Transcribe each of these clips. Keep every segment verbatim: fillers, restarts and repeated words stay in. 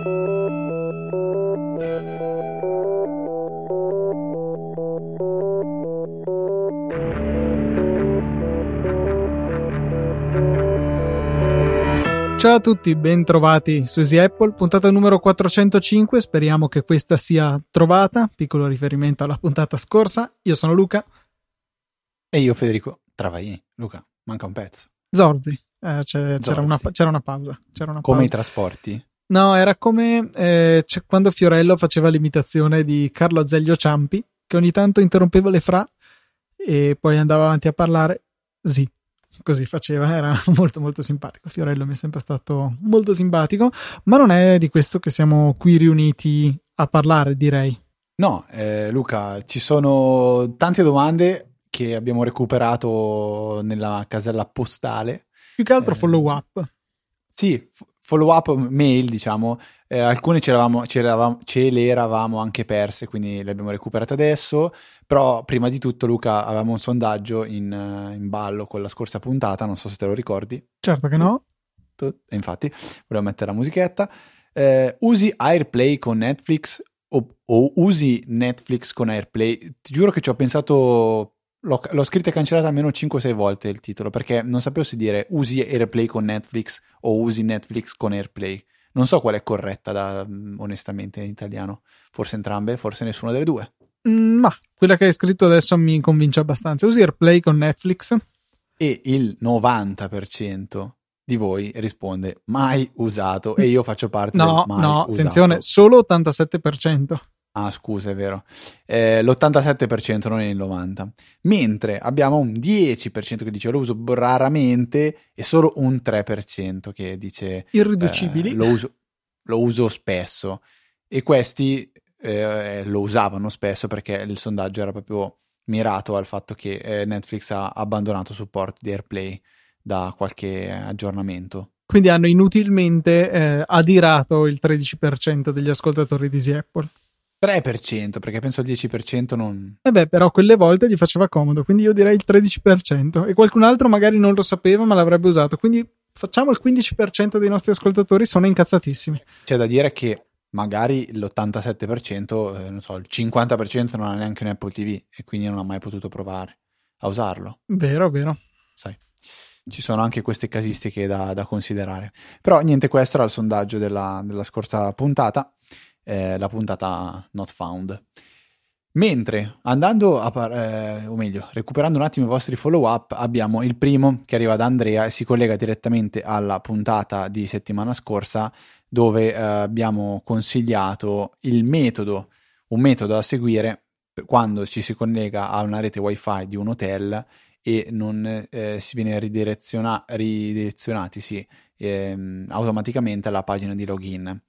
Ciao a tutti, ben trovati su Easy Apple, puntata numero quattrocentocinque, speriamo che questa sia trovata, piccolo riferimento alla puntata scorsa. Io sono Luca. E io Federico Travaini. Luca, manca un pezzo. Zorzi, eh, c'era, Zorzi. Una, c'era una pausa. C'era una come pausa. i trasporti? No, era come eh, cioè, quando Fiorello faceva l'imitazione di Carlo Azeglio Ciampi, che ogni tanto interrompeva le fra e poi andava avanti a parlare. Sì. Così faceva, era molto molto simpatico. Fiorello mi è sempre stato molto simpatico, ma non è di questo che siamo qui riuniti a parlare, direi. No, eh, Luca, ci sono tante domande che abbiamo recuperato nella casella postale. Più che altro eh, follow up. Sì, follow up mail, diciamo. Eh, alcune ce, l'avamo, ce, l'avamo, ce le eravamo anche perse, quindi le abbiamo recuperate adesso. Però prima di tutto, Luca, avevamo un sondaggio in, in ballo con la scorsa puntata, non so se te lo ricordi. Certo che no. Tu, tu, infatti, volevo mettere la musichetta. Eh, usi AirPlay con Netflix o, o usi Netflix con AirPlay? Ti giuro che ci ho pensato, l'ho, l'ho scritta e cancellata almeno cinque sei volte il titolo, perché non sapevo se dire usi AirPlay con Netflix o usi Netflix con AirPlay. Non so qual è corretta, da, onestamente, in italiano. Forse entrambe, forse nessuna delle due. Mm, ma quella che hai scritto adesso mi convince abbastanza. Usi AirPlay con Netflix? E il novanta per cento di voi risponde mai usato, e io faccio parte no, del mai no, usato. attenzione, solo ottantasette per cento. Ah, scusa, è vero. Eh, l'ottantasette per cento, non è il novanta per cento. Mentre abbiamo un dieci per cento che dice lo uso raramente e solo un tre per cento che dice irriducibili. Eh, lo, uso, lo uso spesso. E questi eh, lo usavano spesso perché il sondaggio era proprio mirato al fatto che eh, Netflix ha abbandonato supporto di AirPlay da qualche aggiornamento. Quindi hanno inutilmente eh, adirato il tredici per cento degli ascoltatori di Easy Apple. tre per cento, perché penso il dieci per cento non... E beh, però quelle volte gli faceva comodo, quindi io direi il tredici per cento. E qualcun altro magari non lo sapeva ma l'avrebbe usato, quindi facciamo il quindici per cento dei nostri ascoltatori sono incazzatissimi. C'è da dire che magari l'ottantasette per cento, eh, non so, il cinquanta per cento non ha neanche un Apple T V e quindi non ha mai potuto provare a usarlo. Vero, vero. Sai, ci sono anche queste casistiche da, da considerare. Però niente, questo era il sondaggio della, della scorsa puntata, eh, la puntata not found. Mentre andando a par- eh, o meglio, recuperando un attimo i vostri follow up, abbiamo il primo che arriva da Andrea e si collega direttamente alla puntata di settimana scorsa, dove eh, abbiamo consigliato il metodo, un metodo da seguire quando ci si collega a una rete wifi di un hotel e non eh, si viene ridireziona- ridirezionati sì, ehm, automaticamente alla pagina di login.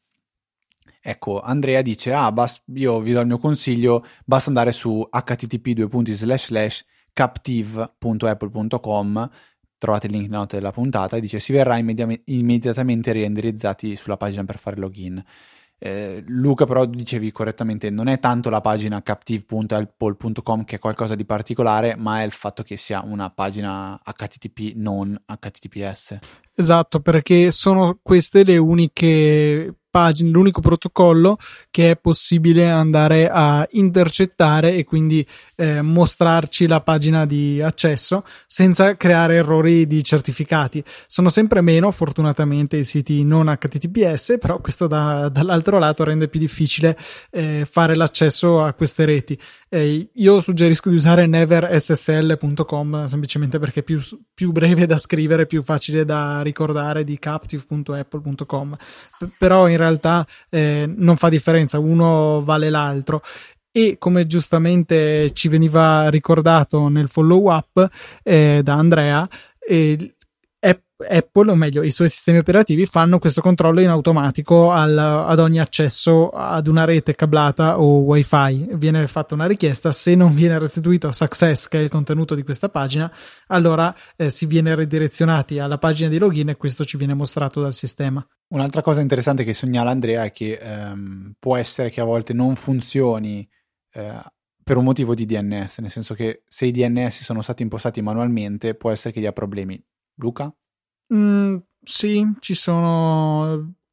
Ecco, Andrea dice, ah, bas- io vi do il mio consiglio, basta andare su h t t p due punti slash slash captive punto apple punto com, trovate il link nella nota della puntata, e dice si verrà immedi- immediatamente reindirizzati sulla pagina per fare login. Eh, Luca, però dicevi correttamente, non è tanto la pagina captive punto apple punto com che è qualcosa di particolare, ma è il fatto che sia una pagina H T T P non H T T P S. Esatto, perché sono queste le uniche pagine, l'unico protocollo che è possibile andare a intercettare e quindi eh, mostrarci la pagina di accesso senza creare errori di certificati. Sono sempre meno, fortunatamente, i siti non H T T P S, però questo da, dall'altro lato rende più difficile eh, fare l'accesso a queste reti. Eh, io suggerisco di usare never s s l punto com semplicemente perché è più, più breve da scrivere, più facile da ricordare di captive punto apple punto com. P- però in realtà eh, non fa differenza, uno vale l'altro. E come giustamente ci veniva ricordato nel follow up eh, da Andrea, eh, Apple, o meglio i suoi sistemi operativi, fanno questo controllo in automatico al, ad ogni accesso ad una rete cablata o wifi. Viene fatta una richiesta, se non viene restituito success, che è il contenuto di questa pagina, allora eh, si viene ridirezionati alla pagina di login e questo ci viene mostrato dal sistema. Un'altra cosa interessante che segnala Andrea è che ehm, può essere che a volte non funzioni eh, per un motivo di D N S, nel senso che se i D N S sono stati impostati manualmente può essere che dia problemi. Luca? Mm, sì, ci sono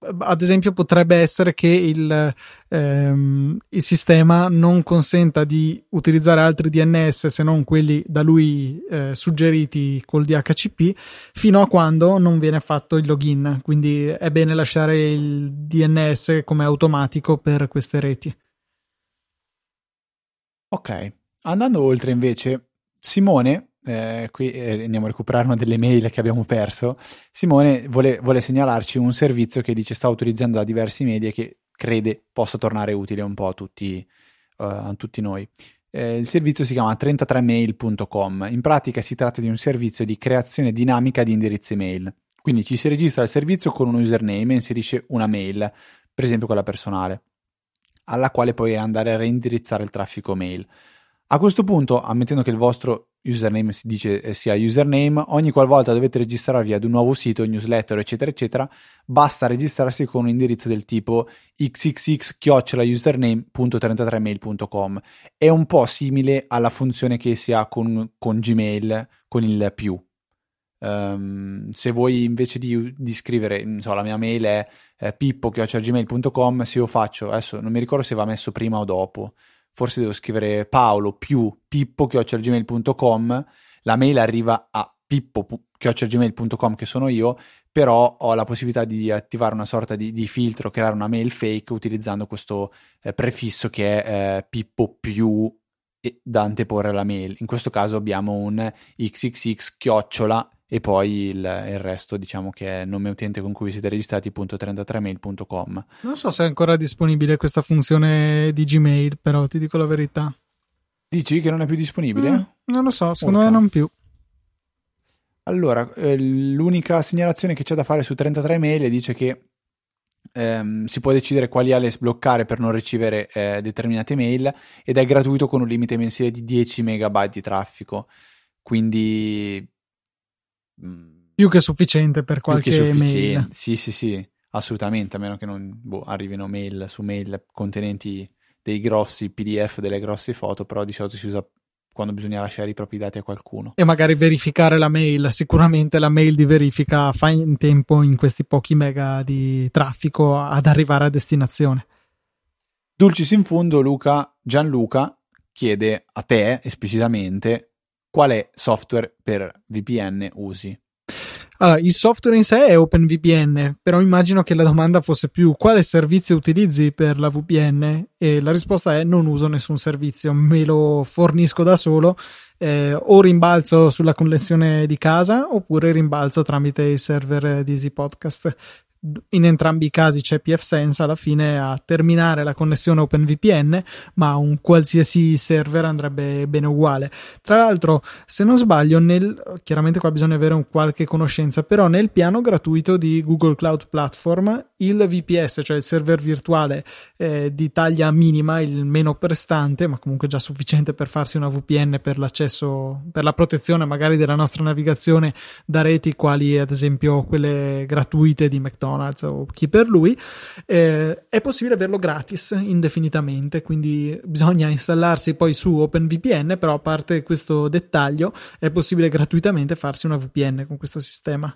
ad esempio potrebbe essere che il, ehm, il sistema non consenta di utilizzare altri D N S se non quelli da lui eh, suggeriti col D H C P fino a quando non viene fatto il login, quindi è bene lasciare il D N S come automatico per queste reti. Ok, andando oltre invece, Simone, eh, qui eh, andiamo a recuperare una delle mail che abbiamo perso. Simone vuole, vuole segnalarci un servizio che dice sta utilizzando da diversi media che crede possa tornare utile un po' a tutti, uh, a tutti noi. Eh, il servizio si chiama trentatré mail punto com. In pratica si tratta di un servizio di creazione dinamica di indirizzi mail. Quindi ci si registra al servizio con un username e inserisce una mail, per esempio quella personale, alla quale puoi andare a reindirizzare il traffico mail. A questo punto, ammettendo che il vostro username si dice sia username, ogni qualvolta dovete registrarvi ad un nuovo sito, newsletter, eccetera, eccetera, basta registrarsi con un indirizzo del tipo x x x chiocciola username punto trentatré mail punto com. È un po' simile alla funzione che si ha con, con Gmail, con il più. Um, se voi invece di, di scrivere, non so, la mia mail è eh, pippo chiocciola gmail punto com, se io faccio, adesso non mi ricordo se va messo prima o dopo, forse devo scrivere Paolo più pippo chiocciola gmail punto com, la mail arriva a pippo chiocciola gmail punto com che sono io, però ho la possibilità di attivare una sorta di, di filtro, creare una mail fake utilizzando questo eh, prefisso che è eh, pippo più e da anteporre alla mail. In questo caso abbiamo un x x x chiocciola e poi il, il resto, diciamo che è nome utente con cui vi siete registrati punto trentatré mail punto com. Non so se è ancora disponibile questa funzione di Gmail, però ti dico la verità. Dici che non è più disponibile? Mm, non lo so, secondo me non più. Allora, eh, l'unica segnalazione che c'è da fare su trentatré mail dice che ehm, si può decidere quali alias sbloccare per non ricevere eh, determinate mail ed è gratuito con un limite mensile di dieci megabyte di traffico, quindi più che sufficiente per qualche sufficiente. mail. Sì, sì, sì, assolutamente, a meno che non boh, arrivino mail su mail contenenti dei grossi P D F, delle grosse foto, però di solito si usa quando bisogna lasciare i propri dati a qualcuno. E magari verificare la mail, sicuramente la mail di verifica fa in tempo in questi pochi mega di traffico ad arrivare a destinazione. Dulcis in fundo, Luca, Gianluca chiede a te esplicitamente quale software per V P N usi. Allora, il software in sé è OpenVPN, però immagino che la domanda fosse più quale servizio utilizzi per la V P N, e la risposta è non uso nessun servizio, me lo fornisco da solo, eh, o rimbalzo sulla connessione di casa oppure rimbalzo tramite i server di Easy Podcast. In entrambi i casi c'è pfSense alla fine a terminare la connessione OpenVPN, ma un qualsiasi server andrebbe bene uguale. Tra l'altro, se non sbaglio, nel chiaramente qua bisogna avere un qualche conoscenza, però nel piano gratuito di Google Cloud Platform il V P S, cioè il server virtuale eh, di taglia minima, il meno prestante, ma comunque già sufficiente per farsi una V P N per l'accesso, per la protezione magari della nostra navigazione da reti quali ad esempio quelle gratuite di McDonald's o chi per lui, eh, è possibile averlo gratis indefinitamente, quindi bisogna installarsi poi su OpenVPN, però a parte questo dettaglio è possibile gratuitamente farsi una V P N con questo sistema.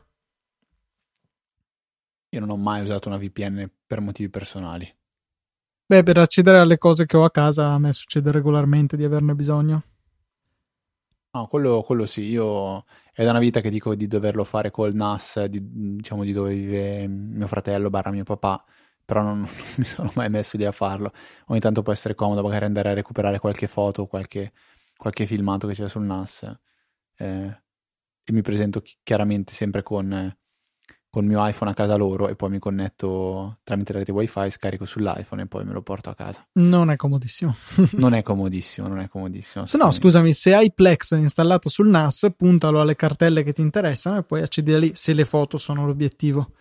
Io non ho mai usato una V P N per motivi personali. Beh, per accedere alle cose che ho a casa a me succede regolarmente di averne bisogno. No, quello, quello sì, io è da una vita che dico di doverlo fare col N A S, di, diciamo di dove vive mio fratello barra mio papà, però non, non mi sono mai messo lì a farlo. Ogni tanto può essere comodo magari andare a recuperare qualche foto, qualche, qualche filmato che c'è sul N A S, eh, e mi presento chiaramente sempre con... Eh, con il mio iPhone a casa loro e poi mi connetto tramite la rete wifi, scarico sull'iPhone e poi me lo porto a casa. Non è comodissimo. non è comodissimo, non è comodissimo. Se no, scusami, se hai Plex installato sul N A S, puntalo alle cartelle che ti interessano e poi accedi da lì se le foto sono l'obiettivo.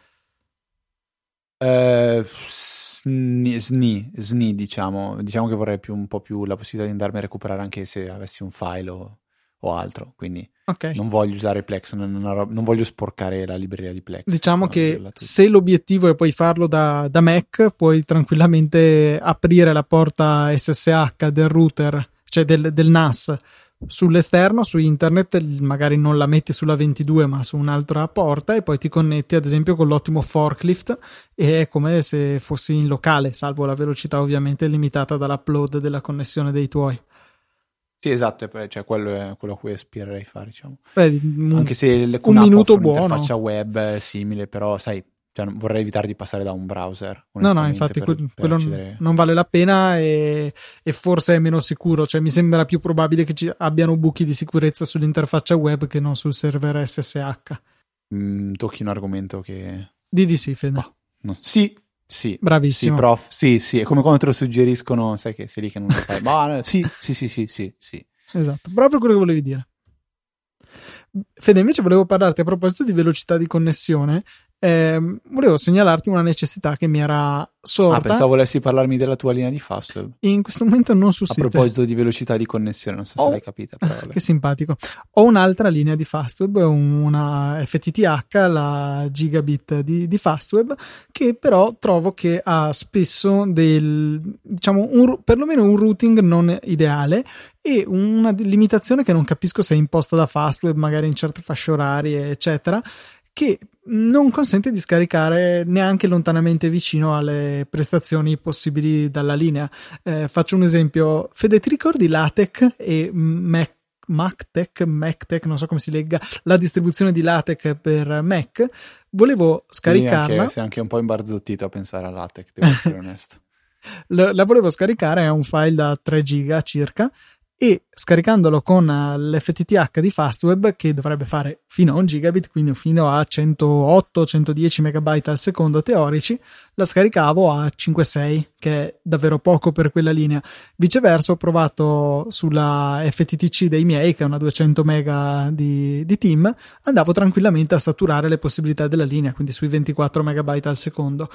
Eh, sni, sni, sni, diciamo. Diciamo che vorrei più, un po' più la possibilità di andarmi a recuperare anche se avessi un file o, o altro, quindi okay. Non voglio usare Plex, non, non, non voglio sporcare la libreria di Plex. Diciamo che se l'obiettivo è poi farlo da, da Mac, puoi tranquillamente aprire la porta S S H del router, cioè del, del N A S, sull'esterno, su internet, magari non la metti sulla ventidue ma su un'altra porta e poi ti connetti ad esempio con l'ottimo forklift e è come se fossi in locale, salvo la velocità ovviamente limitata dall'upload della connessione dei tuoi. Sì, esatto, cioè quello è quello a cui aspirerei a fare, diciamo. Beh, un, anche se il, un minuto buono, un'interfaccia web è simile, però sai, cioè, vorrei evitare di passare da un browser. No, no, infatti per, per quello accedere... non vale la pena e, e forse è meno sicuro, cioè mi sembra più probabile che ci abbiano buchi di sicurezza sull'interfaccia web che non sul server S S H. Mm, tocchi un argomento che... Di di sì, Fede. Oh, no. Sì, sì. Bravissimo. Sì, prof, sì, sì, è come quando te lo suggeriscono, sai che sei lì che non lo sai. Ma sì, sì, sì, sì, sì, sì. Esatto, proprio quello che volevi dire. Fede, invece volevo parlarti a proposito di velocità di connessione. Eh, volevo segnalarti una necessità che mi era sorta. Ah, pensavo volessi parlarmi della tua linea di Fastweb. In questo momento non sussiste. A proposito di velocità di connessione, non so Ho... se l'hai capita. Però vabbè. Che simpatico. Ho un'altra linea di Fastweb, una F T T H, la Gigabit di, di Fastweb, che però trovo che ha spesso del, diciamo, un, perlomeno un routing non ideale e una limitazione che non capisco se è imposta da Fastweb, magari in certe fasce orarie, eccetera, che non consente di scaricare neanche lontanamente vicino alle prestazioni possibili dalla linea. Eh, faccio un esempio. Fede, ti ricordi LaTeX e Mac, MacTeX, MacTeX, non so come si legga, la distribuzione di LaTeX per Mac? Volevo scaricarla. Anche, sei anche un po' imbarzottito a pensare a LaTeX, devo essere onesto. La volevo scaricare, è un file da tre giga circa, e scaricandolo con l'F T T H di Fastweb, che dovrebbe fare fino a un gigabit, quindi fino a centootto centodieci megabyte al secondo teorici, la scaricavo a cinque sei, che è davvero poco per quella linea. Viceversa ho provato sulla F T T C dei miei, che è una duecento mega di, di team, andavo tranquillamente a saturare le possibilità della linea, quindi sui ventiquattro megabyte al secondo.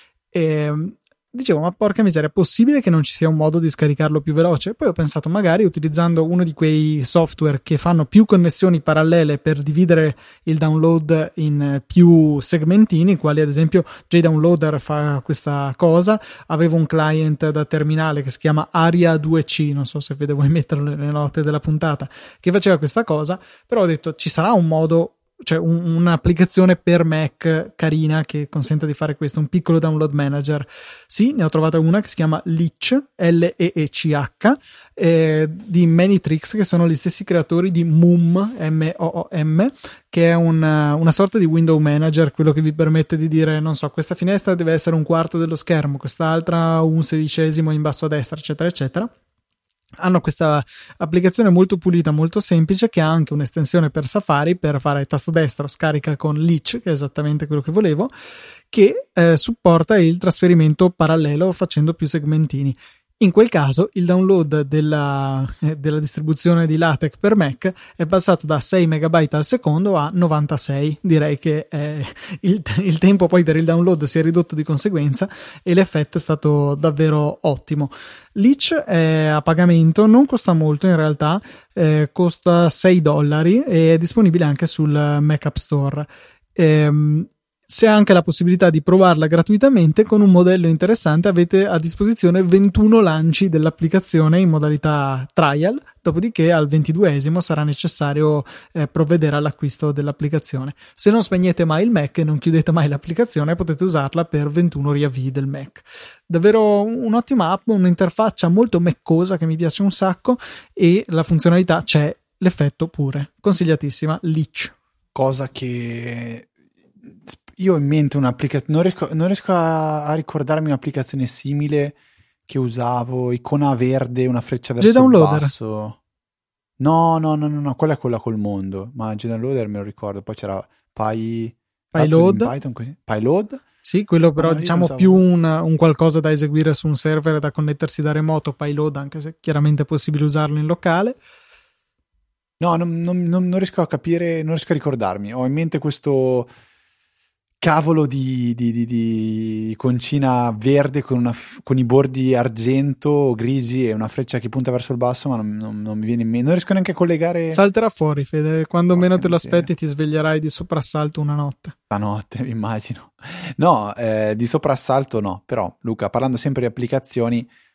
E dicevo, ma porca miseria, è possibile che non ci sia un modo di scaricarlo più veloce? Poi ho pensato, magari utilizzando uno di quei software che fanno più connessioni parallele per dividere il download in più segmentini, quali ad esempio JDownloader fa questa cosa. Avevo un client da terminale che si chiama Aria due C, non so se Fede vuoi metterlo nelle note della puntata, che faceva questa cosa, però ho detto, ci sarà un modo, cioè un, un'applicazione per Mac carina che consenta di fare questo, un piccolo download manager. Sì, ne ho trovata una che si chiama Leech, L E E C H, eh, di Manytrix, che sono gli stessi creatori di Moom, M O O M, che è una, una sorta di window manager, quello che vi permette di dire, non so, questa finestra deve essere un quarto dello schermo, quest'altra un sedicesimo in basso a destra, eccetera eccetera. Hanno questa applicazione molto pulita, molto semplice, che ha anche un'estensione per Safari per fare tasto destro, scarica con Leech, che è esattamente quello che volevo, che eh, supporta il trasferimento parallelo facendo più segmentini. In quel caso il download della, eh, della distribuzione di LaTeX per Mac è passato da sei megabyte al secondo a novantasei. Direi che eh, il, il tempo poi per il download si è ridotto di conseguenza e l'effetto è stato davvero ottimo. Leech è a pagamento, non costa molto in realtà, eh, costa sei dollari e è disponibile anche sul Mac App Store. Ehm, C'è anche la possibilità di provarla gratuitamente con un modello interessante. Avete a disposizione ventuno lanci dell'applicazione in modalità trial, dopodiché al ventiduesimo sarà necessario eh, provvedere all'acquisto dell'applicazione. Se non spegnete mai il Mac e non chiudete mai l'applicazione, potete usarla per ventuno riavvii del Mac. Davvero un'ottima app, un'interfaccia molto meccosa che mi piace un sacco, e la funzionalità c'è, l'effetto pure. Consigliatissima, Leech. Cosa che... io ho in mente un'applicazione, non riesco, non riesco a, a ricordarmi un'applicazione simile che usavo, icona verde, una freccia verso il basso. No, no, no, no, no, quella è quella col mondo, ma JDownloader me lo ricordo, poi c'era Py... Pyload. Python, così. Pyload. Sì, quello però ah, diciamo più un, un qualcosa da eseguire su un server da connettersi da remoto, Pyload, anche se chiaramente è possibile usarlo in locale. No, non, non, non riesco a capire, non riesco a ricordarmi, ho in mente questo... cavolo di, di, di, di iconcina verde con, una, con i bordi argento o grigi e una freccia che punta verso il basso, ma non, non, non mi viene in mente, non riesco neanche a collegare. Salterà fuori, Fede, quando oh, meno te lo aspetti ti sveglierai di soprassalto una notte. La notte, mi immagino. No, eh, di soprassalto no, però Luca, parlando sempre di applicazioni,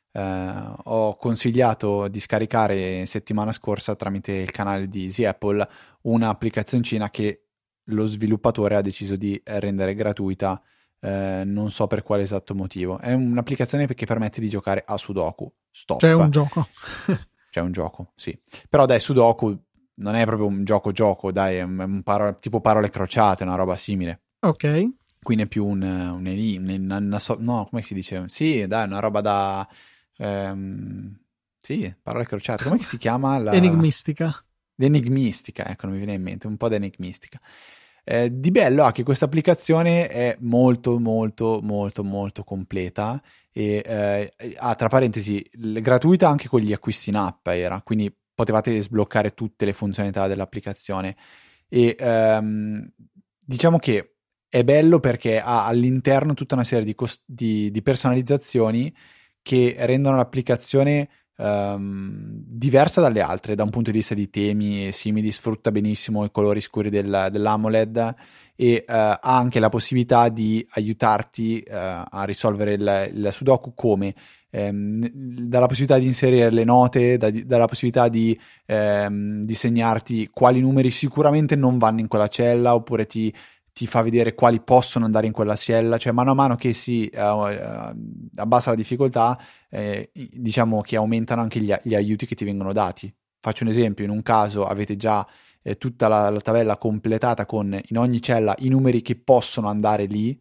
eh, ho consigliato di scaricare settimana scorsa tramite il canale di Easy Apple un'applicazioncina che lo sviluppatore ha deciso di rendere gratuita, eh, non so per quale esatto motivo. È un'applicazione che permette di giocare a Sudoku. Stop. C'è un gioco. C'è un gioco, sì. Però dai, Sudoku non è proprio un gioco gioco, dai, è un, un paro- tipo parole crociate, una roba simile. Ok. Quindi è più un, un, un, una, una so- no, come si dice? Sì, dai, una roba da ehm, sì, parole crociate. Come si chiama? La... Enigmistica. L'enigmistica, ecco, non mi viene in mente, un po' d'enigmistica. Eh, di bello ha che questa applicazione è molto molto molto molto completa e eh, ah, tra parentesi, gratuita anche con gli acquisti in app era, quindi potevate sbloccare tutte le funzionalità dell'applicazione e ehm, diciamo che è bello perché ha all'interno tutta una serie di, cost- di, di personalizzazioni che rendono l'applicazione um, diversa dalle altre da un punto di vista di temi e simili, sfrutta benissimo i colori scuri del, dell'AMOLED e uh, ha anche la possibilità di aiutarti uh, a risolvere il, il Sudoku come ehm, dalla possibilità di inserire le note, da, dalla possibilità di, ehm, di segnarti quali numeri sicuramente non vanno in quella cella oppure ti ti fa vedere quali possono andare in quella cella, cioè mano a mano che si uh, uh, abbassa la difficoltà, eh, diciamo che aumentano anche gli, gli aiuti che ti vengono dati. Faccio un esempio, in un caso avete già eh, tutta la, la tabella completata con in ogni cella i numeri che possono andare lì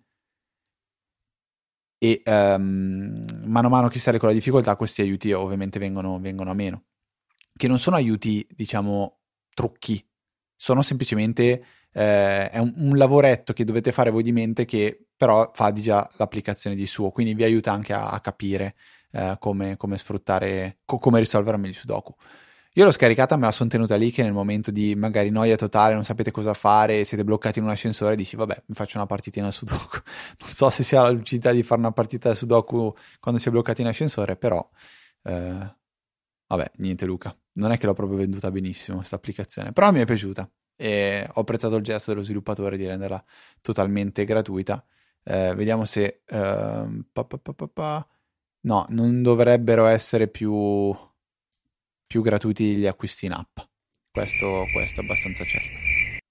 e um, mano a mano che sale con la difficoltà questi aiuti ovviamente vengono, vengono a meno, che non sono aiuti diciamo trucchi, sono semplicemente Eh, è un, un lavoretto che dovete fare voi di mente che però fa di già l'applicazione di suo, quindi vi aiuta anche a, a capire eh, come, come sfruttare, co- come risolvere meglio il Sudoku. Io l'ho scaricata, me la sono tenuta lì che nel momento di magari noia totale, non sapete cosa fare, siete bloccati in un ascensore, dici vabbè mi faccio una partitina al Sudoku. Non so se si ha la lucidità di fare una partita al Sudoku quando si è bloccati in ascensore, però eh, vabbè niente Luca, non è che l'ho proprio venduta benissimo questa applicazione, però mi è piaciuta. E ho apprezzato il gesto dello sviluppatore di renderla totalmente gratuita. Eh, vediamo se eh, pa, pa, pa, pa, pa. No, non dovrebbero essere più più gratuiti gli acquisti in app, questo, questo è abbastanza certo.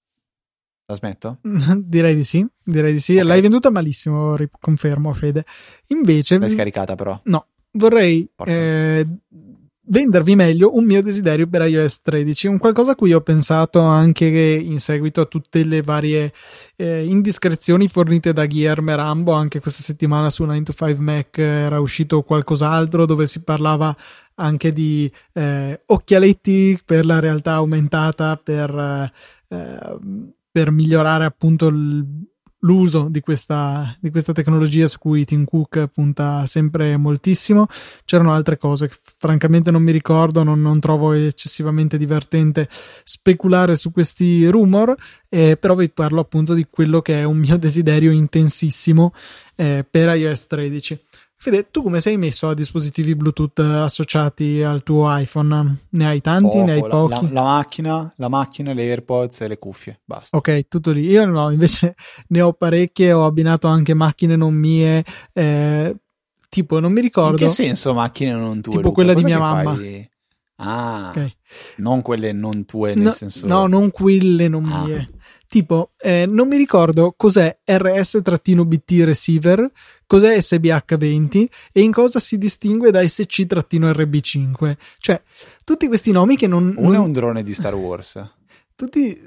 La smetto? Direi di sì, direi di sì. Okay. L'hai venduta malissimo, confermo Fede. Invece l'hai scaricata però? No, vorrei eh, vendervi meglio un mio desiderio per iOS tredici, un qualcosa a cui ho pensato anche in seguito a tutte le varie eh, indiscrezioni fornite da Guillermo Rambo. Anche questa settimana su nine to five Mac era uscito qualcos'altro dove si parlava anche di eh, occhialetti per la realtà aumentata per, eh, per migliorare appunto il l'uso di questa, di questa tecnologia su cui Tim Cook punta sempre moltissimo. C'erano altre cose che francamente non mi ricordo, non, non trovo eccessivamente divertente speculare su questi rumor, eh, però vi parlo appunto di quello che è un mio desiderio intensissimo eh, per iOS tredici. Fede, tu come sei messo a dispositivi Bluetooth associati al tuo iPhone? Ne hai tanti? Poco, ne hai pochi? La, la, la macchina, la macchina, le AirPods e le cuffie, basta. Ok, tutto lì. Io no, invece ne ho parecchie, ho abbinato anche macchine non mie, eh, tipo non mi ricordo. In che senso macchine non tue? Tipo Luca? quella Cosa di mia fai? mamma. Ah, okay. Non quelle non tue nel no, senso... No, non quelle non ah. mie. Tipo, eh, non mi ricordo cos'è R S B T receiver, cos'è S B H venti e in cosa si distingue da S C R B cinque. Cioè, tutti questi nomi che non... Uno non... è un drone di Star Wars. Tutti,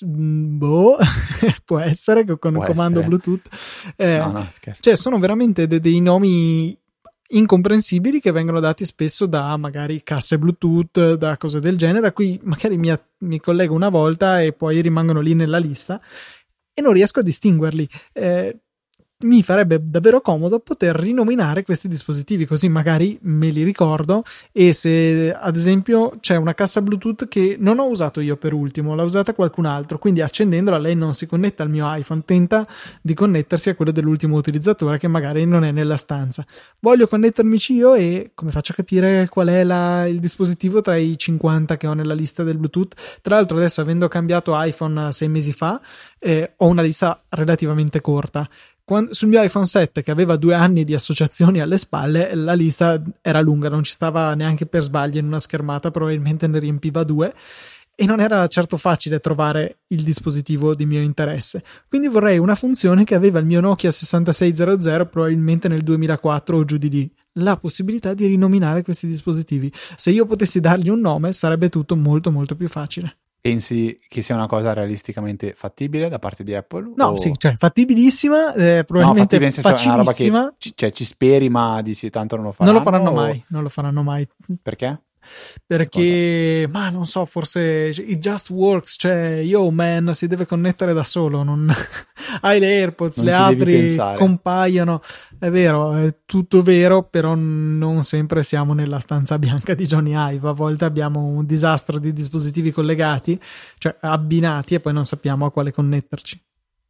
boh, può essere che con può il comando essere. Bluetooth. Eh, no, no, scherzo. Cioè, sono veramente de- dei nomi incomprensibili che vengono dati spesso da magari casse Bluetooth, da cose del genere, a cui magari mi, mi collego una volta e poi rimangono lì nella lista e non riesco a distinguerli. Eh, mi farebbe davvero comodo poter rinominare questi dispositivi, così magari me li ricordo, e se ad esempio c'è una cassa Bluetooth che non ho usato io per ultimo, l'ha usata qualcun altro, quindi accendendola lei non si connette al mio iPhone, tenta di connettersi a quello dell'ultimo utilizzatore che magari non è nella stanza. Voglio connettermici io e come faccio a capire qual è la, il dispositivo tra i cinquanta che ho nella lista del Bluetooth? Tra l'altro adesso, avendo cambiato iPhone sei mesi fa, eh, ho una lista relativamente corta. Quando, sul mio iPhone sette, che aveva due anni di associazioni alle spalle, la lista era lunga, non ci stava neanche per sbaglio in una schermata, probabilmente ne riempiva due, e non era certo facile trovare il dispositivo di mio interesse. Quindi vorrei una funzione che aveva il mio Nokia sessantasei zero, probabilmente nel duemilaquattro o giù di lì, la possibilità di rinominare questi dispositivi. Se io potessi dargli un nome, sarebbe tutto molto molto più facile. Pensi che sia una cosa realisticamente fattibile da parte di Apple? No, o... sì, cioè fattibilissima, eh, probabilmente no, facilissima. È una roba che ci, cioè, ci speri, ma dici tanto non lo faranno. Non lo faranno o... mai, non lo faranno mai. Perché? Perché, ma non so, forse it just works, cioè, yo man, si deve connettere da solo, non... hai le AirPods, non le apri, compaiono, è vero, è tutto vero, però non sempre siamo nella stanza bianca di Johnny Ive, a volte abbiamo un disastro di dispositivi collegati, cioè abbinati, e poi non sappiamo a quale connetterci.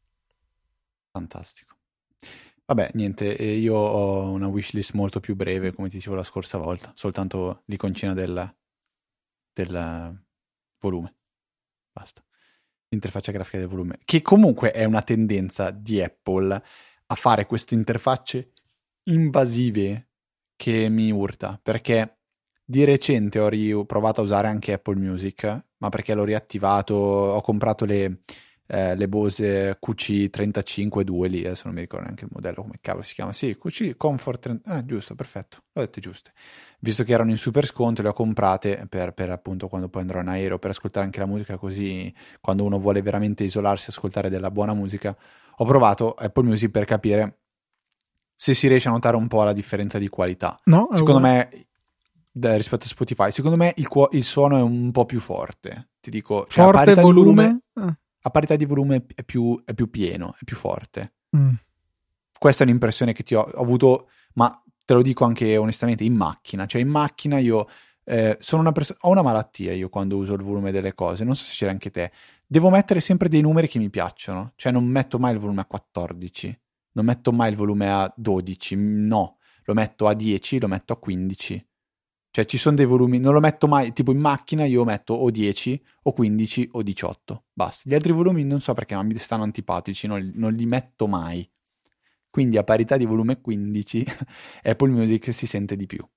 Fantastico. Vabbè, niente, io ho una wishlist molto più breve, come ti dicevo la scorsa volta, soltanto l'iconcina del, del volume. Basta. L'interfaccia grafica del volume. Che comunque è una tendenza di Apple a fare queste interfacce invasive che mi urta, perché di recente ho ri- provato a usare anche Apple Music, ma perché l'ho riattivato, ho comprato le... Eh, le Bose Q C trentacinque due lì, adesso non mi ricordo neanche il modello, come cavolo si chiama, sì, Q C Comfort trenta, ah, giusto, perfetto, l'ho detto giuste, visto che erano in super sconto le ho comprate per, per appunto quando poi andrò in aereo per ascoltare anche la musica, così quando uno vuole veramente isolarsi e ascoltare della buona musica. Ho provato Apple Music per capire se si riesce a notare un po' la differenza di qualità. No, secondo me da, rispetto a Spotify, secondo me il, il suono è un po' più forte, ti dico, cioè, forte volume, volume ah. A parità di volume è più, è più pieno, è più forte. Mm. Questa è un'impressione che ti ho, ho avuto, ma te lo dico anche onestamente, in macchina. Cioè in macchina io eh, sono una persona, ho una malattia io quando uso il volume delle cose, non so se c'era anche te. Devo mettere sempre dei numeri che mi piacciono, cioè non metto mai il volume a quattordici, non metto mai il volume a dodici, no, lo metto a dieci, lo metto a quindici. Cioè ci sono dei volumi, non lo metto mai, tipo in macchina io metto o dieci, o quindici, o diciotto, basta. Gli altri volumi non so perché, ma mi stanno antipatici, non, non li metto mai. Quindi a parità di volume quindici, Apple Music si sente di più.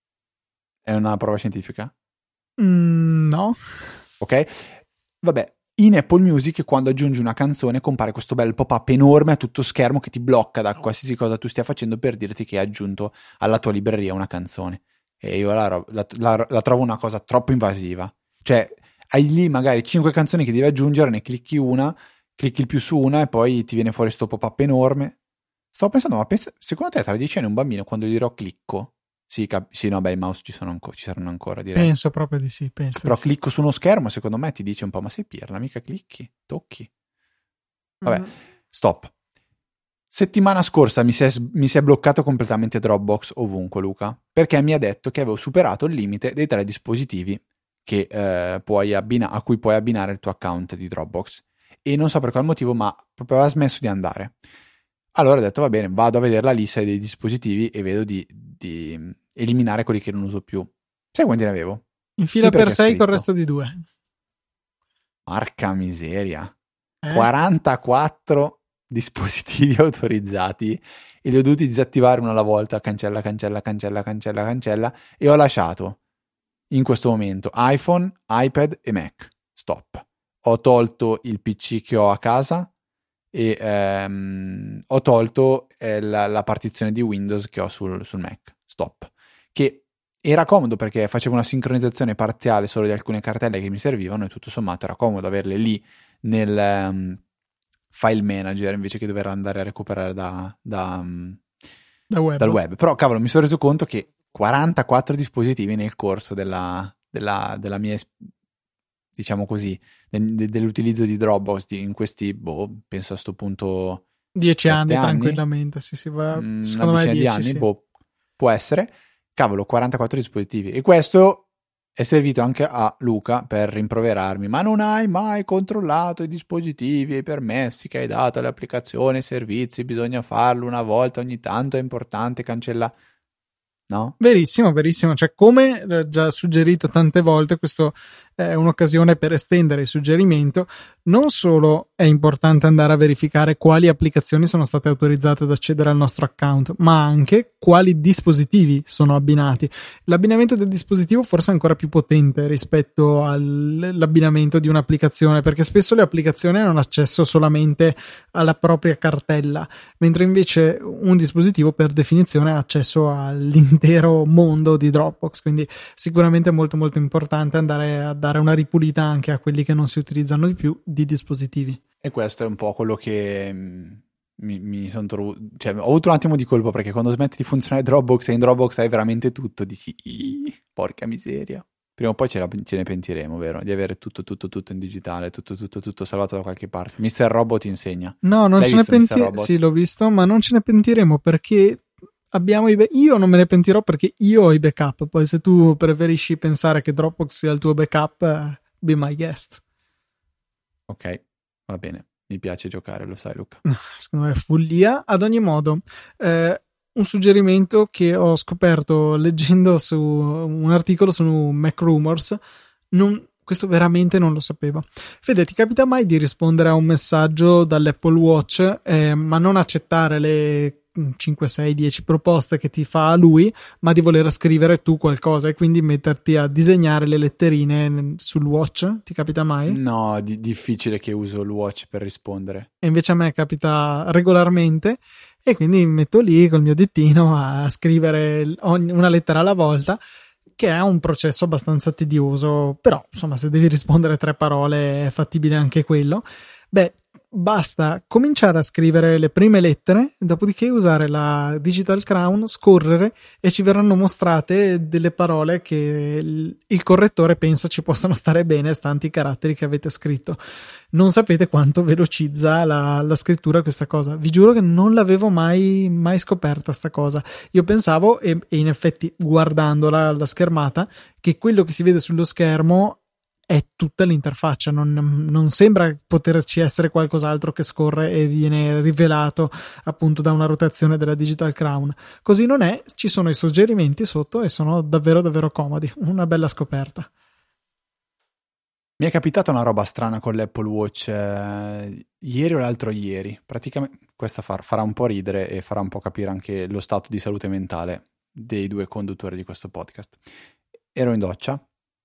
È una prova scientifica? Mm, no. Ok? Vabbè, in Apple Music quando aggiungi una canzone compare questo bel pop-up enorme a tutto schermo che ti blocca da qualsiasi cosa tu stia facendo per dirti che hai aggiunto alla tua libreria una canzone. E io la, la, la, la trovo una cosa troppo invasiva. Cioè, hai lì magari cinque canzoni che devi aggiungere, ne clicchi una, clicchi il più su una e poi ti viene fuori sto pop-up enorme. Stavo pensando, ma pensa, secondo te tra dieci anni un bambino quando gli dirò clicco? Sì, cap- sì no, beh, i mouse ci, sono anco- ci saranno ancora, direi. Penso proprio di sì, penso. Però di clicco sì. su uno schermo, secondo me ti dice un po', ma sei pirla, mica clicchi, tocchi. Vabbè, mm-hmm. Stop. Settimana scorsa mi si, è, mi si è bloccato completamente Dropbox ovunque, Luca, perché mi ha detto che avevo superato il limite dei tre dispositivi che, eh, puoi abbina- a cui puoi abbinare il tuo account di Dropbox. E non so per quale motivo, ma proprio aveva smesso di andare. Allora ho detto, va bene, vado a vedere la lista dei dispositivi e vedo di, di eliminare quelli che non uso più. Sai quanti ne avevo? In fila sì, per sei col resto di due. Porca miseria. Eh? quarantaquattro dispositivi autorizzati e li ho dovuti disattivare una alla volta, cancella, cancella, cancella, cancella, cancella, e ho lasciato in questo momento iPhone, iPad e Mac. Stop. Ho tolto il P C che ho a casa e ehm, ho tolto eh, la, la partizione di Windows che ho sul, sul Mac. Stop. Che era comodo perché facevo una sincronizzazione parziale solo di alcune cartelle che mi servivano e tutto sommato era comodo averle lì nel um, file manager invece che dover andare a recuperare da, da, um, da web. dal web. Però cavolo, mi sono reso conto che quarantaquattro dispositivi nel corso della, della, della mia, diciamo così, del, dell'utilizzo di Dropbox in questi, boh, penso a sto punto dieci anni, anni tranquillamente, sì, sì, va, mm, secondo una me decina dieci, di anni, sì. boh, può essere. Cavolo, quarantaquattro dispositivi. E questo è servito anche a Luca per rimproverarmi. Ma non hai mai controllato i dispositivi e i permessi che hai dato alle applicazioni e servizi? Bisogna farlo una volta ogni tanto, è importante cancellare. No? Verissimo, verissimo. Cioè, come già suggerito tante volte, questo è un'occasione per estendere il suggerimento. Non solo è importante andare a verificare quali applicazioni sono state autorizzate ad accedere al nostro account, ma anche quali dispositivi sono abbinati. L'abbinamento del dispositivo forse è ancora più potente rispetto all'abbinamento di un'applicazione, perché spesso le applicazioni hanno accesso solamente alla propria cartella, mentre invece un dispositivo per definizione ha accesso all'intero mondo di Dropbox, quindi sicuramente è molto molto importante andare a dare una ripulita anche a quelli che non si utilizzano di più di dispositivi. E questo è un po' quello che mi, mi sono trovato, cioè ho avuto un attimo di colpo, perché quando smetti di funzionare Dropbox e in Dropbox hai veramente tutto, dici porca miseria. Prima o poi ce, la, ce ne pentiremo, vero? Di avere tutto, tutto, tutto in digitale, tutto, tutto, tutto salvato da qualche parte. mister Robot insegna. No, non L'hai ce ne visto, mister pentiremo. Robot? Sì, l'ho visto, ma non ce ne pentiremo perché abbiamo i be- io non me ne pentirò perché io ho i backup. Poi se tu preferisci pensare che Dropbox sia il tuo backup, uh, be my guest. Ok, va bene. Mi piace giocare, lo sai, Luca. Secondo me è follia. Ad ogni modo, eh, un suggerimento che ho scoperto leggendo su un articolo su Mac Rumors, non, questo veramente non lo sapevo. Fede, ti capita mai di rispondere a un messaggio dall'Apple Watch eh, ma non accettare le cinque, sei, dieci proposte che ti fa lui, ma di voler scrivere tu qualcosa e quindi metterti a disegnare le letterine sul watch? Ti capita mai? No, di- difficile che uso il watch per rispondere. E invece a me capita regolarmente e quindi mi metto lì col mio dittino a scrivere ogni, una lettera alla volta, che è un processo abbastanza tedioso, però insomma se devi rispondere tre parole è fattibile anche quello. Beh, basta cominciare a scrivere le prime lettere, dopodiché usare la Digital Crown, scorrere e ci verranno mostrate delle parole che il, il correttore pensa ci possano stare bene stanti i caratteri che avete scritto. Non sapete quanto velocizza la, la scrittura questa cosa. Vi giuro che non l'avevo mai, mai scoperta sta cosa. Io pensavo, e, e in effetti guardandola la schermata, che quello che si vede sullo schermo è tutta l'interfaccia, non, non sembra poterci essere qualcos'altro che scorre e viene rivelato appunto da una rotazione della Digital Crown. Così non è, ci sono i suggerimenti sotto e sono davvero davvero comodi, una bella scoperta. Mi è capitata una roba strana con l'Apple Watch eh, ieri o l'altro ieri. Praticamente questa far, farà un po' ridere e farà un po' capire anche lo stato di salute mentale dei due conduttori di questo podcast. Ero in doccia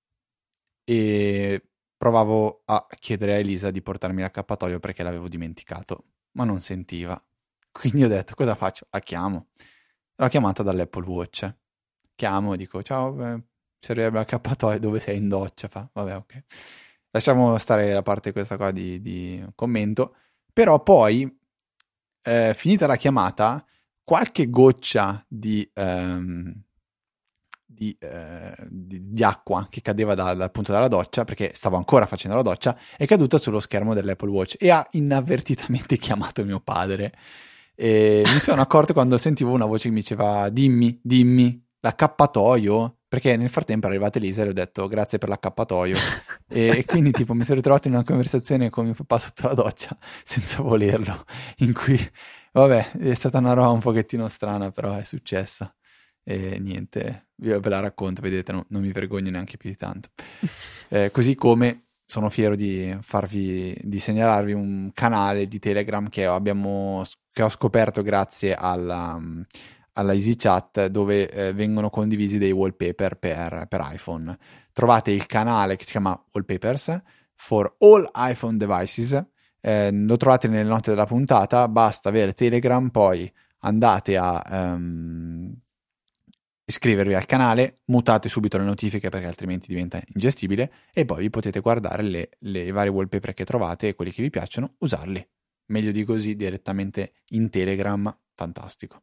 e provavo a chiedere a Elisa di portarmi l'accappatoio perché l'avevo dimenticato, ma non sentiva. Quindi ho detto, cosa faccio? La chiamo. L'ho chiamata dall'Apple Watch. Chiamo e dico, ciao, eh, servirebbe l'accappatoio, dove sei? In doccia? Fa, vabbè, ok. Lasciamo stare la parte questa qua di, di commento. Però poi, eh, finita la chiamata, qualche goccia di... Ehm, Di, eh, di, di acqua che cadeva da, da, appunto dalla doccia, perché stavo ancora facendo la doccia, è caduta sullo schermo dell'Apple Watch e ha inavvertitamente chiamato mio padre. E mi sono accorto quando sentivo una voce che mi diceva dimmi, dimmi, l'accappatoio, perché nel frattempo è arrivata Elisa e le ho detto grazie per l'accappatoio e, e quindi tipo mi sono ritrovato in una conversazione con mio papà sotto la doccia senza volerlo, in cui vabbè è stata una roba un pochettino strana, però è successa. E niente, io ve la racconto, vedete, no, non mi vergogno neanche più di tanto. Eh, così come sono fiero di farvi, di segnalarvi un canale di Telegram che abbiamo, che ho scoperto grazie alla, alla EasyChat, dove eh, vengono condivisi dei wallpaper per, per iPhone. Trovate il canale che si chiama Wallpapers for All iPhone Devices, eh, lo trovate nelle note della puntata, basta avere Telegram, poi andate a... Um, iscrivervi al canale, mutate subito le notifiche perché altrimenti diventa ingestibile e poi vi potete guardare le, le varie wallpaper che trovate e quelli che vi piacciono, usarli. Meglio di così direttamente in Telegram, fantastico.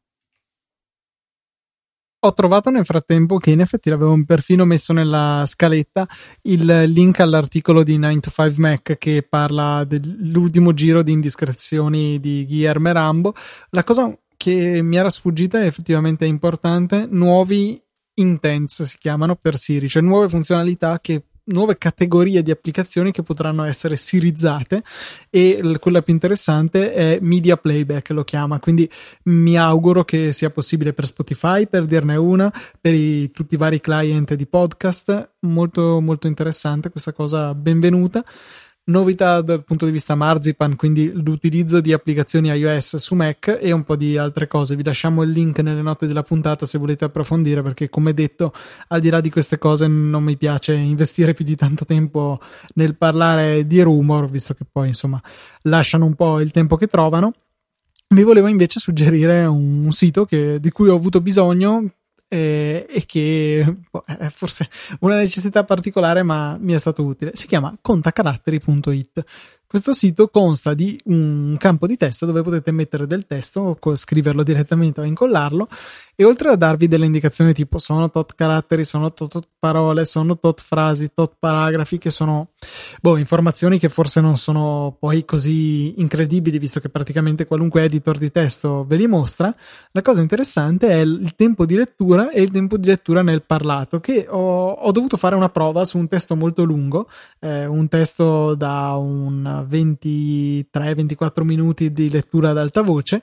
Ho trovato nel frattempo che in effetti l'avevo perfino messo nella scaletta il link all'articolo di nine to five Mac che parla dell'ultimo giro di indiscrezioni di Guillermo Rambo. La cosa che mi era sfuggita è effettivamente importante: nuovi intents si chiamano per Siri, cioè nuove funzionalità che nuove categorie di applicazioni che potranno essere sirizzate, e l- quella più interessante è Media Playback, lo chiama, quindi mi auguro che sia possibile per Spotify, per dirne una, per i, tutti i vari client di podcast. Molto molto interessante questa cosa, benvenuta. Novità dal punto di vista Marzipan, quindi l'utilizzo di applicazioni iOS su Mac e un po' di altre cose. Vi lasciamo il link nelle note della puntata se volete approfondire, perché come detto, al di là di queste cose non mi piace investire più di tanto tempo nel parlare di rumor, visto che poi insomma lasciano un po' il tempo che trovano. Vi volevo invece suggerire un sito che, di cui ho avuto bisogno e, e che boh, è forse una necessità particolare, ma mi è stato utile. Si chiama contacaratteri punto it. Questo sito consta di un campo di testo dove potete mettere del testo, scriverlo direttamente o incollarlo, e oltre a darvi delle indicazioni tipo sono tot caratteri, sono tot parole, sono tot frasi, tot paragrafi, che sono boh, informazioni che forse non sono poi così incredibili, visto che praticamente qualunque editor di testo ve li mostra. La cosa interessante è il tempo di lettura e il tempo di lettura nel parlato, che ho, ho dovuto fare una prova su un testo molto lungo, eh, un testo da un ventitré ventiquattro minuti di lettura ad alta voce,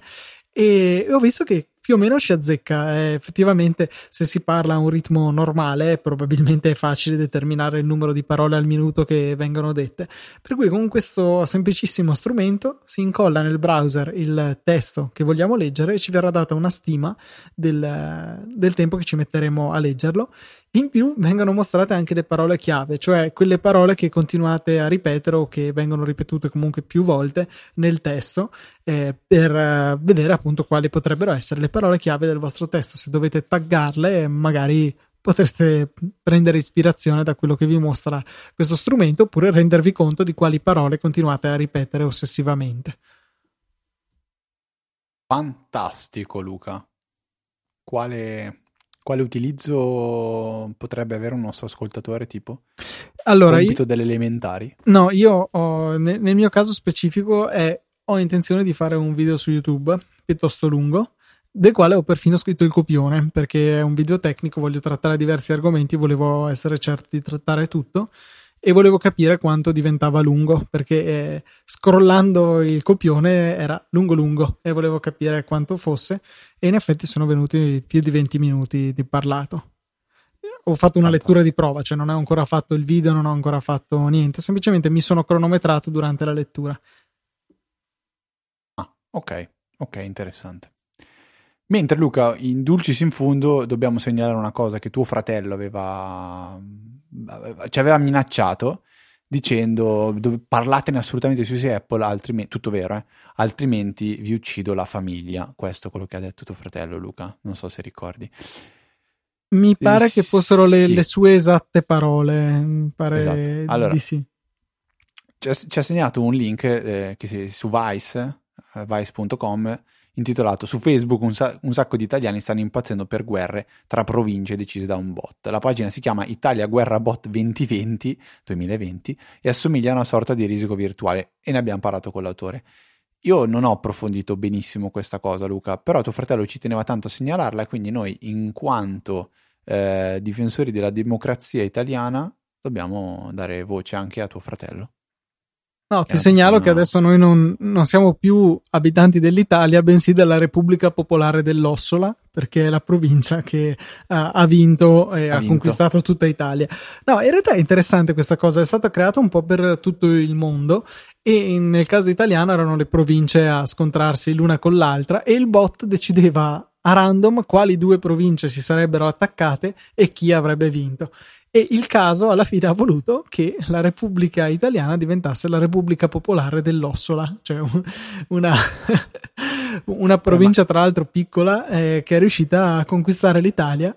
e ho visto che più o meno ci azzecca. Eh, effettivamente se si parla a un ritmo normale probabilmente è facile determinare il numero di parole al minuto che vengono dette, per cui con questo semplicissimo strumento si incolla nel browser il testo che vogliamo leggere e ci verrà data una stima del, del tempo che ci metteremo a leggerlo. In più vengono mostrate anche le parole chiave, cioè quelle parole che continuate a ripetere o che vengono ripetute comunque più volte nel testo, eh, per eh, vedere appunto quali potrebbero essere le parole chiave del vostro testo. Se dovete taggarle, magari potreste prendere ispirazione da quello che vi mostra questo strumento, oppure rendervi conto di quali parole continuate a ripetere ossessivamente. Fantastico, Luca. Quale... Quale utilizzo potrebbe avere un nostro ascoltatore, tipo? Allora, compito io, delle elementari? No, io ho, nel, nel mio caso specifico è, ho intenzione di fare un video su YouTube piuttosto lungo, del quale ho perfino scritto il copione, perché è un video tecnico, voglio trattare diversi argomenti, volevo essere certo di trattare tutto e volevo capire quanto diventava lungo, perché eh, scrollando il copione era lungo lungo e volevo capire quanto fosse, e in effetti sono venuti più di venti minuti di parlato. Ho fatto una lettura di prova, cioè non ho ancora fatto il video, non ho ancora fatto niente, semplicemente mi sono cronometrato durante la lettura. Ah, ok, ok, interessante. Mentre Luca, in dulcis in fundo, dobbiamo segnalare una cosa che tuo fratello aveva, ci aveva minacciato, dicendo parlatene assolutamente sui Apple, altrimenti, tutto vero, eh? Altrimenti vi uccido la famiglia. Questo è quello che ha detto tuo fratello, Luca, non so se ricordi. Mi pare eh, che fossero le, sì. le sue esatte parole, mi pare esatto. Allora, di sì. Ci ha, ci ha segnato un link eh, che si, su Vice, eh, vice punto com, intitolato "Su Facebook un, sa- un sacco di italiani stanno impazzendo per guerre tra province decise da un bot". La pagina si chiama Italia Guerra Bot duemilaventi duemilaventi e assomiglia a una sorta di risico virtuale, e ne abbiamo parlato con l'autore. Io non ho approfondito benissimo questa cosa, Luca, però tuo fratello ci teneva tanto a segnalarla, e quindi noi, in quanto eh, difensori della democrazia italiana, dobbiamo dare voce anche a tuo fratello. No, ti segnalo che adesso noi non, non siamo più abitanti dell'Italia, bensì della Repubblica Popolare dell'Ossola, perché è la provincia che ha, ha vinto e ha, ha vinto. conquistato tutta Italia. No, in realtà è interessante questa cosa, è stata creata un po' per tutto il mondo, e nel caso italiano erano le province a scontrarsi l'una con l'altra, e il bot decideva a random quali due province si sarebbero attaccate e chi avrebbe vinto. E il caso alla fine ha voluto che la Repubblica Italiana diventasse la Repubblica Popolare dell'Ossola, cioè una, una provincia tra l'altro piccola eh, che è riuscita a conquistare l'Italia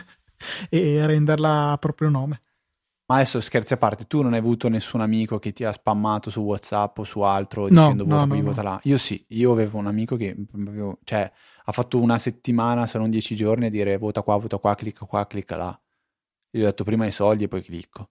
e a renderla a proprio nome. Ma adesso, scherzi a parte, tu non hai avuto nessun amico che ti ha spammato su WhatsApp o su altro no, dicendo no, vota no, qui, no. vota là? Io sì, io avevo un amico che proprio, cioè, ha fatto una settimana, se non dieci giorni, a dire vota qua, vota qua, clicca qua, clicca là. Io ho detto prima i soldi e poi clicco.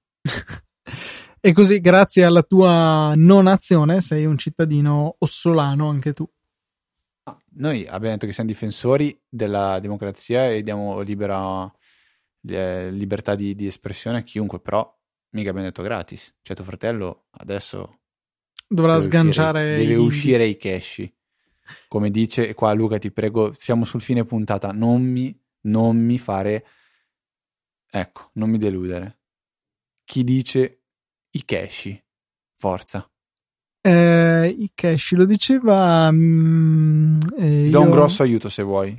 E così, grazie alla tua non azione, sei un cittadino ossolano anche tu. Ah, noi abbiamo detto che siamo difensori della democrazia e diamo libera eh, libertà di, di espressione a chiunque, però mica abbiamo detto gratis, cioè tuo fratello adesso dovrà deve sganciare uscire, deve i uscire i cash, come dice qua Luca, ti prego, siamo sul fine puntata, non mi, non mi fare, ecco, non mi deludere. Chi dice i cash? Forza. Eh, i cash lo diceva. Mm, eh, Ti do io... un grosso aiuto se vuoi.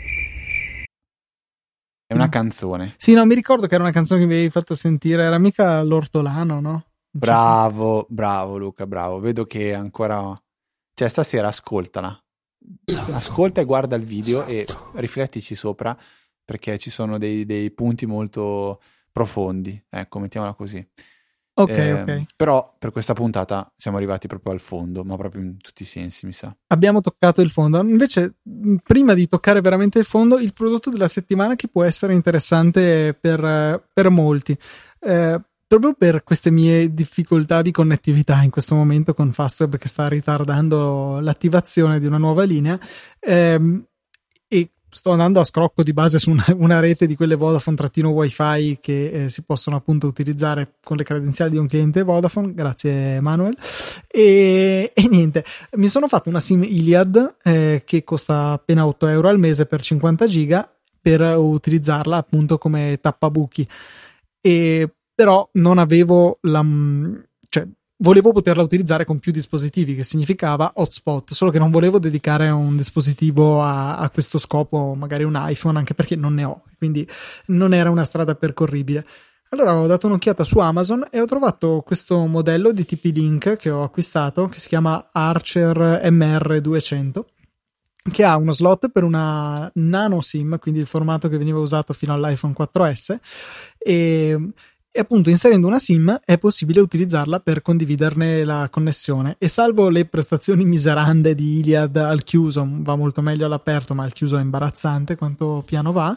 È una canzone. Sì, no, mi ricordo che era una canzone che mi avevi fatto sentire, era mica l'ortolano, no? Bravo, bravo Luca, bravo. Vedo che ancora... Cioè, stasera ascoltala. Ascolta e guarda il video e riflettici sopra, perché ci sono dei, dei punti molto profondi. Ecco, mettiamola così. Ok, eh, ok. Però per questa puntata siamo arrivati proprio al fondo, ma proprio in tutti i sensi, mi sa. Abbiamo toccato il fondo. Invece, prima di toccare veramente il fondo, il prodotto della settimana che può essere interessante per, per molti. Eh, proprio per queste mie difficoltà di connettività in questo momento con Fastweb che sta ritardando l'attivazione di una nuova linea, ehm, e sto andando a scrocco di base su una, una rete di quelle Vodafone trattino wifi che eh, si possono appunto utilizzare con le credenziali di un cliente Vodafone, grazie Manuel, e, e niente, mi sono fatto una SIM Iliad eh, che costa appena otto euro al mese per cinquanta giga per utilizzarla appunto come tappabuchi, e però non avevo la, cioè volevo poterla utilizzare con più dispositivi, che significava hotspot, solo che non volevo dedicare un dispositivo a, a questo scopo, magari un iPhone, anche perché non ne ho, quindi non era una strada percorribile. Allora ho dato un'occhiata su Amazon e ho trovato questo modello di T P-Link che ho acquistato, che si chiama Archer M R duecento, che ha uno slot per una nano SIM, quindi il formato che veniva usato fino all'iPhone quattro S, e E appunto inserendo una SIM è possibile utilizzarla per condividerne la connessione, e salvo le prestazioni miserande di Iliad al chiuso, va molto meglio all'aperto, ma al chiuso è imbarazzante quanto piano va,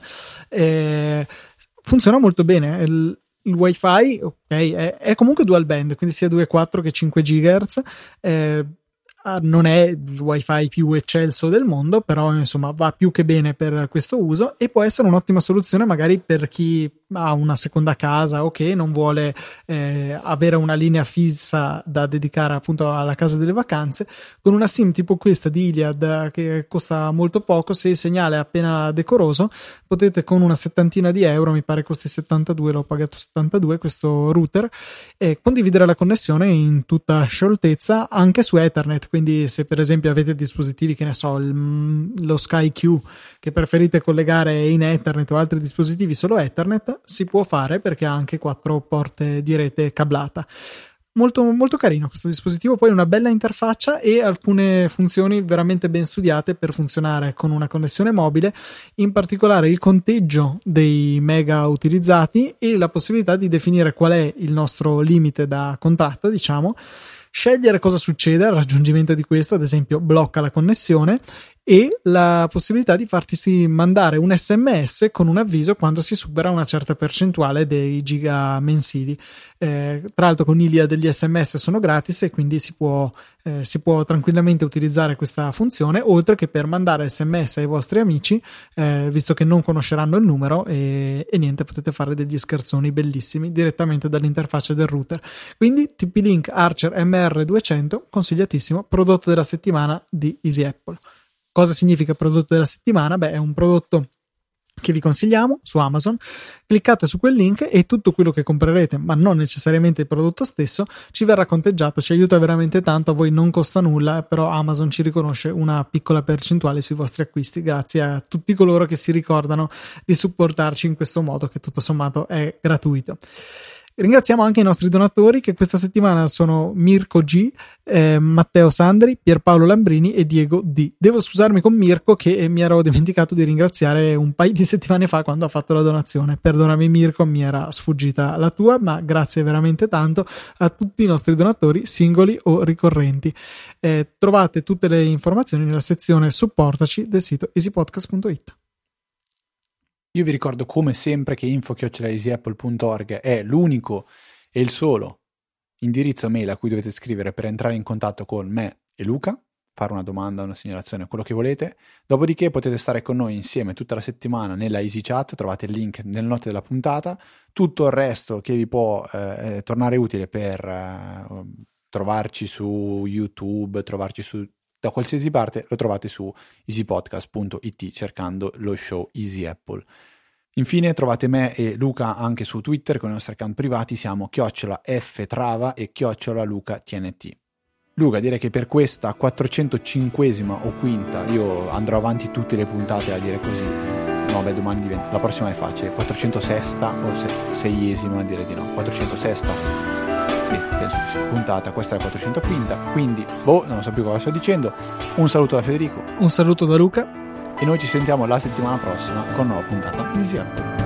eh, funziona molto bene. Il, il wifi okay, è, è comunque dual band, quindi sia due virgola quattro che cinque gigahertz, eh, non è il wifi più eccelso del mondo, però insomma va più che bene per questo uso, e può essere un'ottima soluzione magari per chi ha una seconda casa o che non vuole eh, avere una linea fissa da dedicare appunto alla casa delle vacanze. Con una SIM tipo questa di Iliad, che costa molto poco, se il segnale è appena decoroso, potete con una settantina di euro, mi pare costi settantadue, l'ho pagato settantadue questo router, e condividere la connessione in tutta scioltezza anche su Ethernet. Quindi se per esempio avete dispositivi, che ne so, il, lo SkyQ, che preferite collegare in Ethernet, o altri dispositivi solo Ethernet, si può fare perché ha anche quattro porte di rete cablata. Molto, molto carino questo dispositivo, poi una bella interfaccia e alcune funzioni veramente ben studiate per funzionare con una connessione mobile, in particolare il conteggio dei mega utilizzati e la possibilità di definire qual è il nostro limite da contratto, diciamo, scegliere cosa succede al raggiungimento di questo, ad esempio blocca la connessione, e la possibilità di farti mandare un S M S con un avviso quando si supera una certa percentuale dei giga mensili. Eh, tra l'altro con Iliad gli S M S sono gratis, e quindi si può, eh, si può tranquillamente utilizzare questa funzione, oltre che per mandare S M S ai vostri amici, eh, visto che non conosceranno il numero, e, e niente, potete fare degli scherzoni bellissimi direttamente dall'interfaccia del router. Quindi T P-Link Archer M R duecento, consigliatissimo, prodotto della settimana di Easy Apple. Cosa significa prodotto della settimana? Beh, è un prodotto che vi consigliamo su Amazon. Cliccate su quel link e tutto quello che comprerete, ma non necessariamente il prodotto stesso, ci verrà conteggiato. Ci aiuta veramente tanto, a voi non costa nulla, però Amazon ci riconosce una piccola percentuale sui vostri acquisti, grazie a tutti coloro che si ricordano di supportarci in questo modo, che tutto sommato è gratuito. Ringraziamo anche i nostri donatori, che questa settimana sono Mirko G, eh, Matteo Sandri, Pierpaolo Lambrini e Diego D. Devo scusarmi con Mirko, che mi ero dimenticato di ringraziare un paio di settimane fa quando ha fatto la donazione. Perdonami Mirko, mi era sfuggita la tua, ma grazie veramente tanto a tutti i nostri donatori, singoli o ricorrenti. Eh, trovate tutte le informazioni nella sezione supportaci del sito easypodcast punto it. Io vi ricordo come sempre che info chiocciola easy apple punto org è l'unico e il solo indirizzo mail a cui dovete scrivere per entrare in contatto con me e Luca. fare una domanda, una segnalazione, quello che volete. Dopodiché potete stare con noi insieme tutta la settimana nella EasyChat, trovate il link nelle note della puntata. Tutto il resto che vi può eh, tornare utile per eh, trovarci su YouTube, trovarci su da qualsiasi parte, lo trovate su easypodcast punto it cercando lo show Easy Apple. Infine trovate me e Luca anche su Twitter con i nostri account privati, siamo chiocciola ftrava e chiocciola lucatnt. Luca, direi che per questa quattrocentocinquesima o quinta io andrò avanti tutte le puntate a dire così. No, beh, domani diventa, la prossima è facile, quattrocentosesta o se, seiesima a dire di no, quattrocentosesta, sì, penso che sia puntata, questa è la quattrocentoquinta, quindi, boh, non so più cosa sto dicendo. Un saluto da Federico. Un saluto da Luca. E noi ci sentiamo la settimana prossima con una nuova puntata di Easy Apple.